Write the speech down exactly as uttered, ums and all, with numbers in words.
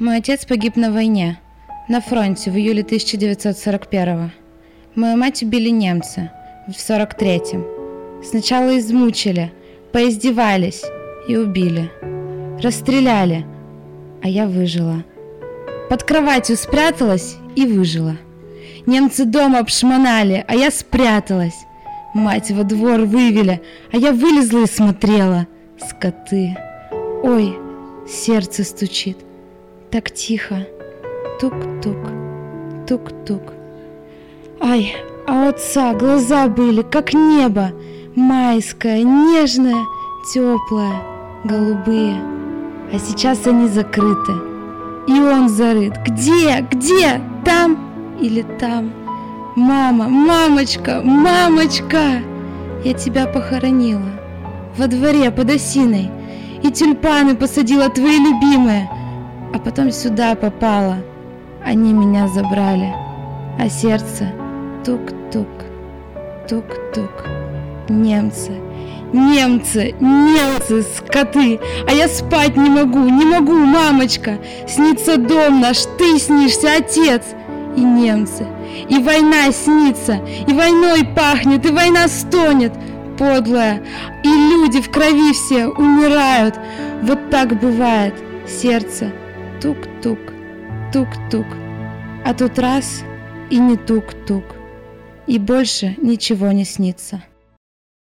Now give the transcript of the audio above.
Мой отец погиб на войне, на фронте в июле тысяча девятьсот сорок первого. Мою мать убили немцы в сорок третьем. Сначала измучили, поиздевались и убили. Расстреляли, а я выжила. Под кроватью спряталась и выжила. Немцы дома обшмонали, а я спряталась. Мать во двор вывели, а я вылезла и смотрела. Скоты. Ой, сердце стучит. Так тихо. Тук-тук, тук-тук. Ай, а у отца глаза были, как небо. Майское, нежное, теплое, голубые. А сейчас они закрыты. И он зарыт. Где? Где? Там или там? Мама, мамочка, мамочка! Я тебя похоронила во дворе под осиной. И тюльпаны посадила твои любимые. А потом сюда попала. Они меня забрали. А сердце тук-тук, тук-тук. Немцы, немцы, немцы, скоты. А я спать не могу, не могу, мамочка. Снится дом наш, ты снишься, отец. И немцы, и война снится, и войной пахнет, и война стонет, подлая. И люди в крови все умирают. Вот так бывает. Сердце тук-тук, тук-тук. А тут раз и не тук-тук. И больше ничего не снится.